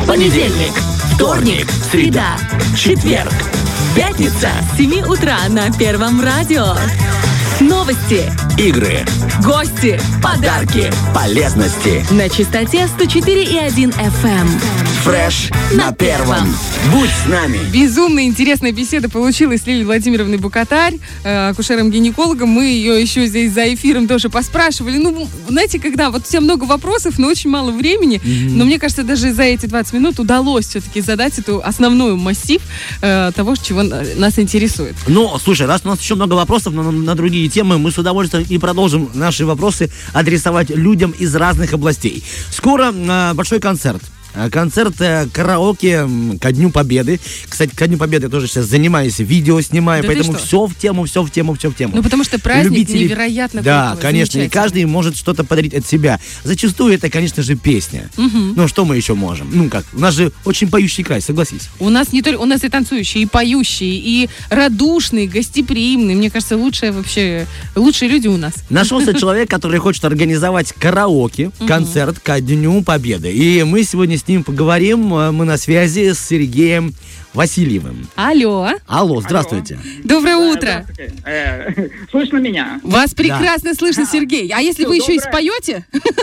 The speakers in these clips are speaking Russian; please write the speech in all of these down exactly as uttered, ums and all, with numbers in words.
Понедельник, вторник, среда, четверг, пятница с семи утра на Первом радио. Новости, игры, гости, подарки, полезности. На частоте сто четыре и один эф эм. Фреш на Первом. Будь с нами. Безумно интересная беседа получилась с Лилией Владимировной Букатарь, э, акушером-гинекологом. Мы ее еще здесь за эфиром тоже поспрашивали. Ну, знаете, когда вот у тебя много вопросов, но очень мало времени. Mm-hmm. Но мне кажется, даже за эти двадцать минут удалось все-таки задать эту основную массив э, того, чего нас интересует. Ну, слушай, раз у нас еще много вопросов на, на другие темы, мы с удовольствием и продолжим наши вопросы адресовать людям из разных областей. Скоро э, большой концерт. Концерт э, караоке ко Дню Победы. Кстати, ко Дню Победы я тоже сейчас занимаюсь, видео снимаю, да, поэтому все в тему, все в тему, все в тему. Ну, потому что праздник Любители... невероятно Да, крутой, конечно, и каждый может что-то подарить от себя. Зачастую это, конечно же, песня. Угу. Ну, что мы еще можем? Ну, как, у нас же очень поющий край, согласись. У нас не только, у нас и танцующие, и поющие, и радушные, гостеприимные. Мне кажется, лучшие вообще, лучшие люди у нас. Нашелся человек, который хочет организовать караоке, концерт ко Дню Победы. И мы сегодня с ним поговорим. Мы на связи с Сергеем Васильевым. Алло. Алло, здравствуйте. Алло. Доброе утро. Э, слышно меня? Вас прекрасно да. слышно, Сергей. А если Все, вы доброе... еще и споете?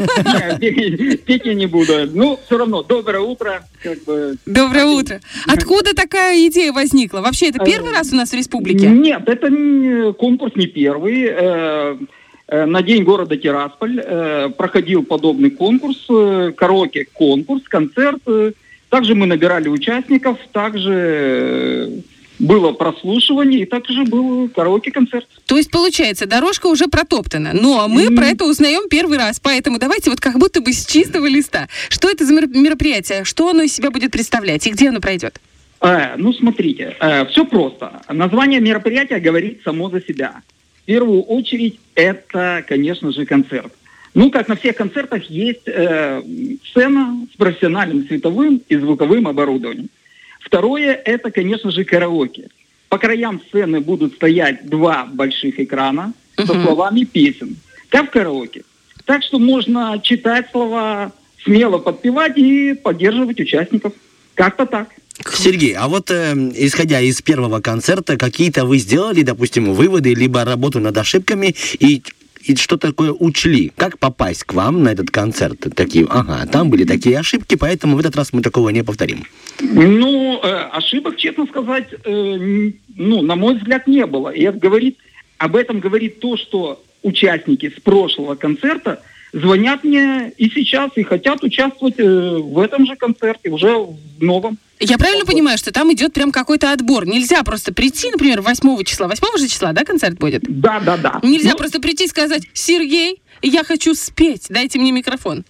Нет, петь я не буду. Ну, все равно, доброе утро. Как бы... Доброе утро. Откуда такая идея возникла? Вообще, это первый раз у нас в республике? Нет, это конкурс не первый. На День города Тирасполь э, проходил подобный конкурс, э, караоке-конкурс, концерт. Э, также мы набирали участников, также э, было прослушивание, и также был караоке-концерт. То есть, получается, дорожка уже протоптана, но мы mm. про это узнаем первый раз, поэтому давайте вот как будто бы с чистого листа. Что это за мероприятие, что оно из себя будет представлять и где оно пройдет? Э, ну, смотрите, э, все просто. Название мероприятия говорит само за себя. В первую очередь, это, конечно же, концерт. Ну, как на всех концертах, есть э, сцена с профессиональным световым и звуковым оборудованием. Второе, это, конечно же, караоке. По краям сцены будут стоять два больших экрана со uh-huh. словами песен, как в караоке. Так что можно читать слова, смело подпевать и поддерживать участников. Как-то так. Сергей, а вот э, исходя из первого концерта, какие-то вы сделали, допустим, выводы, либо работу над ошибками, и, и что такое учли? Как попасть к вам на этот концерт? Такие, ага, там были такие ошибки, поэтому в этот раз мы такого не повторим. Ну, э, ошибок, честно сказать, э, ну, на мой взгляд, не было. И это говорит, об этом говорит то, что участники с прошлого концерта звонят мне и сейчас, и хотят участвовать э, в этом же концерте, уже в новом. Я правильно понимаю, что там идет прям какой-то отбор? Нельзя просто прийти, например, восьмого числа. восьмого же числа, да, концерт будет? Да, да, да. Нельзя ну... просто прийти и сказать: Сергей, я хочу спеть, дайте мне микрофон.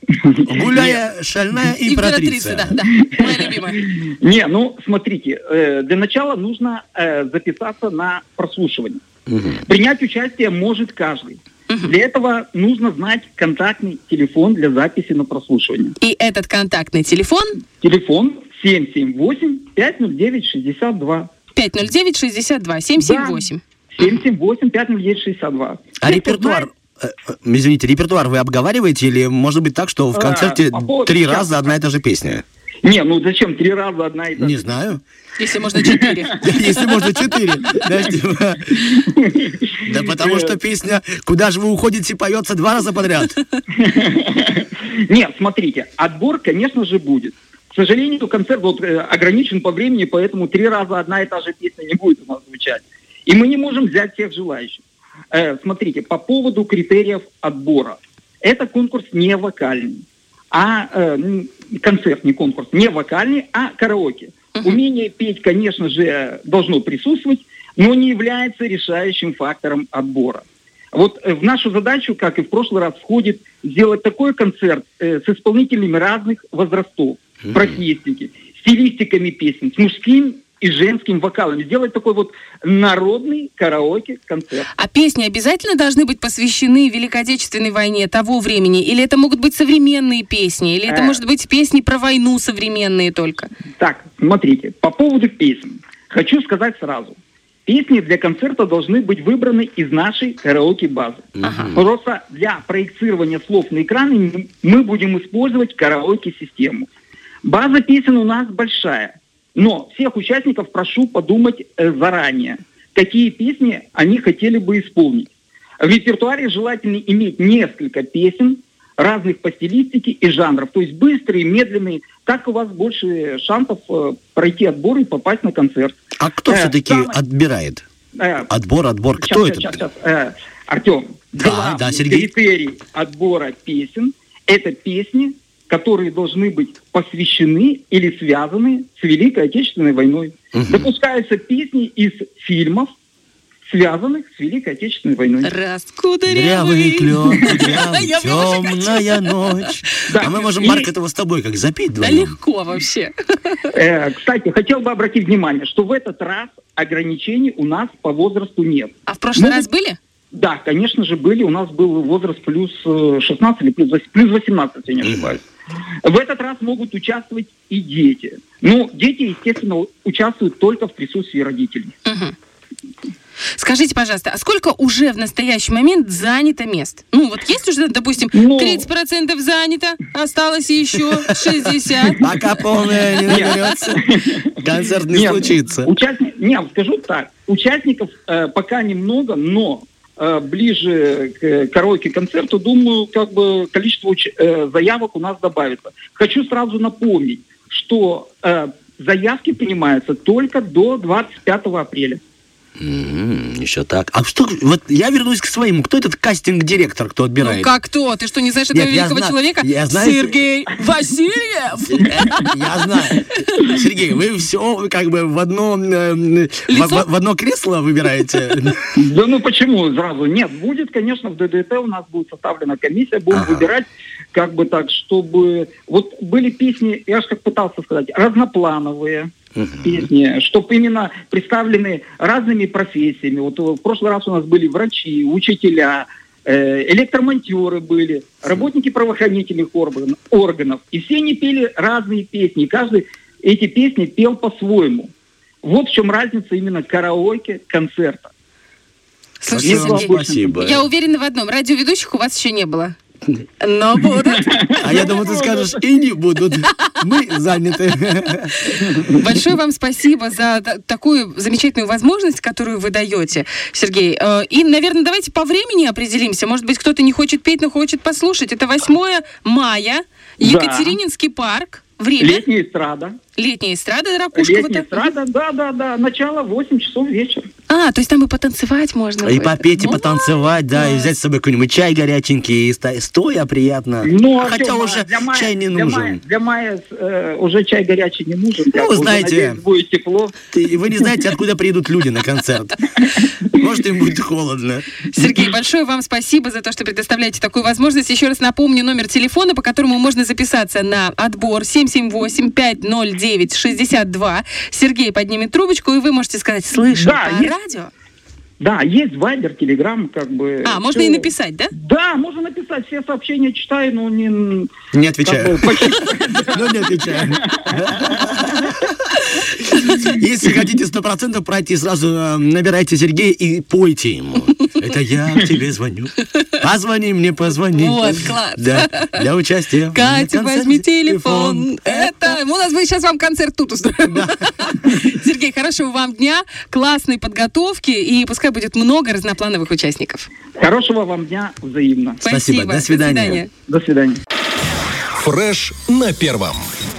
Гуляя шальная императрица. Да, да, моя любимая. Не, ну, смотрите, э, для начала нужно э, записаться на прослушивание. Угу. Принять участие может каждый. Угу. Для этого нужно знать контактный телефон для записи на прослушивание. И этот контактный телефон? Телефон семь семь восемь пять ноль девять шестьдесят два. пять ноль девять шестьдесят два, семь семь восемь. Да, семь семь восемь пять ноль девять шестьдесят два. А Все, репертуар, э, извините, репертуар вы обговариваете или может быть так, что в концерте а, по три поводу... раза одна и та же песня? Не, ну зачем три раза одна и та же? Не знаю. Если можно четыре. Если можно четыре. Да потому что песня «Куда же вы уходите» поется два раза подряд. Нет, смотрите, отбор, конечно же, будет. К сожалению, концерт вот, э, ограничен по времени, поэтому три раза одна и та же песня не будет у нас звучать. И мы не можем взять всех желающих. Э, смотрите, по поводу критериев отбора. Это конкурс не вокальный, а э, концерт, не конкурс, не вокальный, а караоке. Uh-huh. Умение петь, конечно же, должно присутствовать, но не является решающим фактором отбора. Вот в нашу задачу, как и в прошлый раз, входит сделать такой концерт э, с исполнителями разных возрастов, mm-hmm. професники, стилистиками песен, с мужским и женским вокалом. Сделать такой вот народный караоке-концерт. А песни обязательно должны быть посвящены Великой Отечественной войне того времени? Или это могут быть современные песни? Или это, а... может быть, песни про войну современные только? Так, смотрите, по поводу песен. Хочу сказать сразу. Песни для концерта должны быть выбраны из нашей караоке-базы. Ага. Просто для проецирования слов на экраны мы будем использовать караоке-систему. База песен у нас большая, но всех участников прошу подумать э, заранее, какие песни они хотели бы исполнить. В репертуаре желательно иметь несколько песен разных по стилистике и жанров, то есть быстрые, медленные. Так у вас больше шансов э, пройти отбор и попасть на концерт. А кто Э, все-таки самое- отбирает? Э, Отбор, отбор. Кто Сейчас, это? сейчас, сейчас. Э, Артем, Да, главный да, Сергей. критерий отбора песен – это песни, которые должны быть посвящены или связаны с Великой Отечественной войной. Допускаются песни из фильмов, связанных с Великой Отечественной войной. Дрявый Раскудрявый. клен, кудрявый, Я бы уже темная ночь. Да. А мы можем, И- Марк, этого с тобой как запеть Да вдвоем? легко вообще. Э, Кстати, хотел бы обратить внимание, что в этот раз ограничений у нас по возрасту нет. А в прошлый Ну, раз были? Да, конечно же, были. У нас был возраст плюс э, шестнадцать или плюс вось- плюс восемнадцать, если я не ошибаюсь. В этот раз могут участвовать и дети. Ну, дети, естественно, участвуют только в присутствии родителей. Мгм. Скажите, пожалуйста, а сколько уже в настоящий момент занято мест? Ну, вот есть уже, допустим, Ну. тридцать процентов занято, осталось еще шестьдесят. Пока полная не наберется, концерт не Нет, случится. участни- Нет, скажу так. Участников э, пока немного, но э, ближе к караоке-концерту, думаю, как бы количество уч- э, заявок у нас добавится. Хочу сразу напомнить, что э, заявки принимаются только до двадцать пятого апреля. М, Еще так. А что, вот я вернусь к своему. Кто этот кастинг-директор, кто Ну отбирает? как кто? Ты что, не знаешь этого Нет, я великого зна- человека? я знаю- Сергей Васильев! Я знаю. Сергей, вы все как бы в одно, э, в, Лицо? в- в одно кресло выбираете. Да ну почему сразу? Нет, будет, конечно, в ДДТ у нас будет составлена комиссия, будем Ага. выбирать, как бы так, чтобы... Вот были песни, я же как пытался сказать, разноплановые песни, чтобы именно представлены разными профессиями. Вот в прошлый раз у нас были врачи, учителя, э, электромонтеры были, работники правоохранительных орган- органов. И все они пели разные песни, и каждый эти песни пел по-своему. Вот в чем разница именно караоке-концерта. Слушайте, Нет, Сергей, Спасибо. я уверена в одном. Радиоведущих у вас еще не было. Но будут. А я думаю, ты скажешь, и не будут. Мы заняты. Большое вам спасибо за та- такую замечательную возможность, которую вы даете, Сергей. Э, И, наверное, давайте по времени определимся. Может быть, кто-то не хочет петь, но хочет послушать. Это восьмое мая, Екатерининский парк. Время. Летняя эстрада. Летняя эстрада Летняя Ракушкова-то. эстрада, да-да-да, начало восемь часов вечера. А, то есть там и потанцевать можно И будет. попеть, и О, потанцевать, да, и класс. взять с собой какой-нибудь чай горяченький, и ста- стоя приятно. Ну, А хотя Артем, уже для мая- чай не для нужен. мая- Для мая э, уже чай горячий не нужен. Ну, Уже, знаете. надеюсь, будет тепло. Ты- вы не знаете, откуда приедут люди на концерт. Может, им будет холодно. Сергей, большое вам спасибо за то, что предоставляете такую возможность. Еще раз напомню номер телефона, по которому можно записаться на отбор семь семь восемь пять ноль девять шестьдесят два. Сергей поднимет трубочку, и вы можете сказать, слышал Да, по есть. радио. Да, есть Вайбер, Телеграм, как бы. А, можно всё. и написать, да? Да, можно написать. Все сообщения читаю, но не... Не как отвечаю. бы, почти- Ну, не отвечаю. Если хотите сто процентов пройти, сразу э, набирайте Сергея и пойте ему. Это я к тебе звоню. Позвони мне, позвони. Вот, класс. Да, для участия. в Катя, концерте возьми телефон. Это... У нас мы сейчас вам концерт тут устроим. Сергей, хорошего вам дня, классной подготовки, и пускай будет много разноплановых участников. Хорошего вам дня взаимно. Спасибо, до свидания. До свидания. Фреш на первом.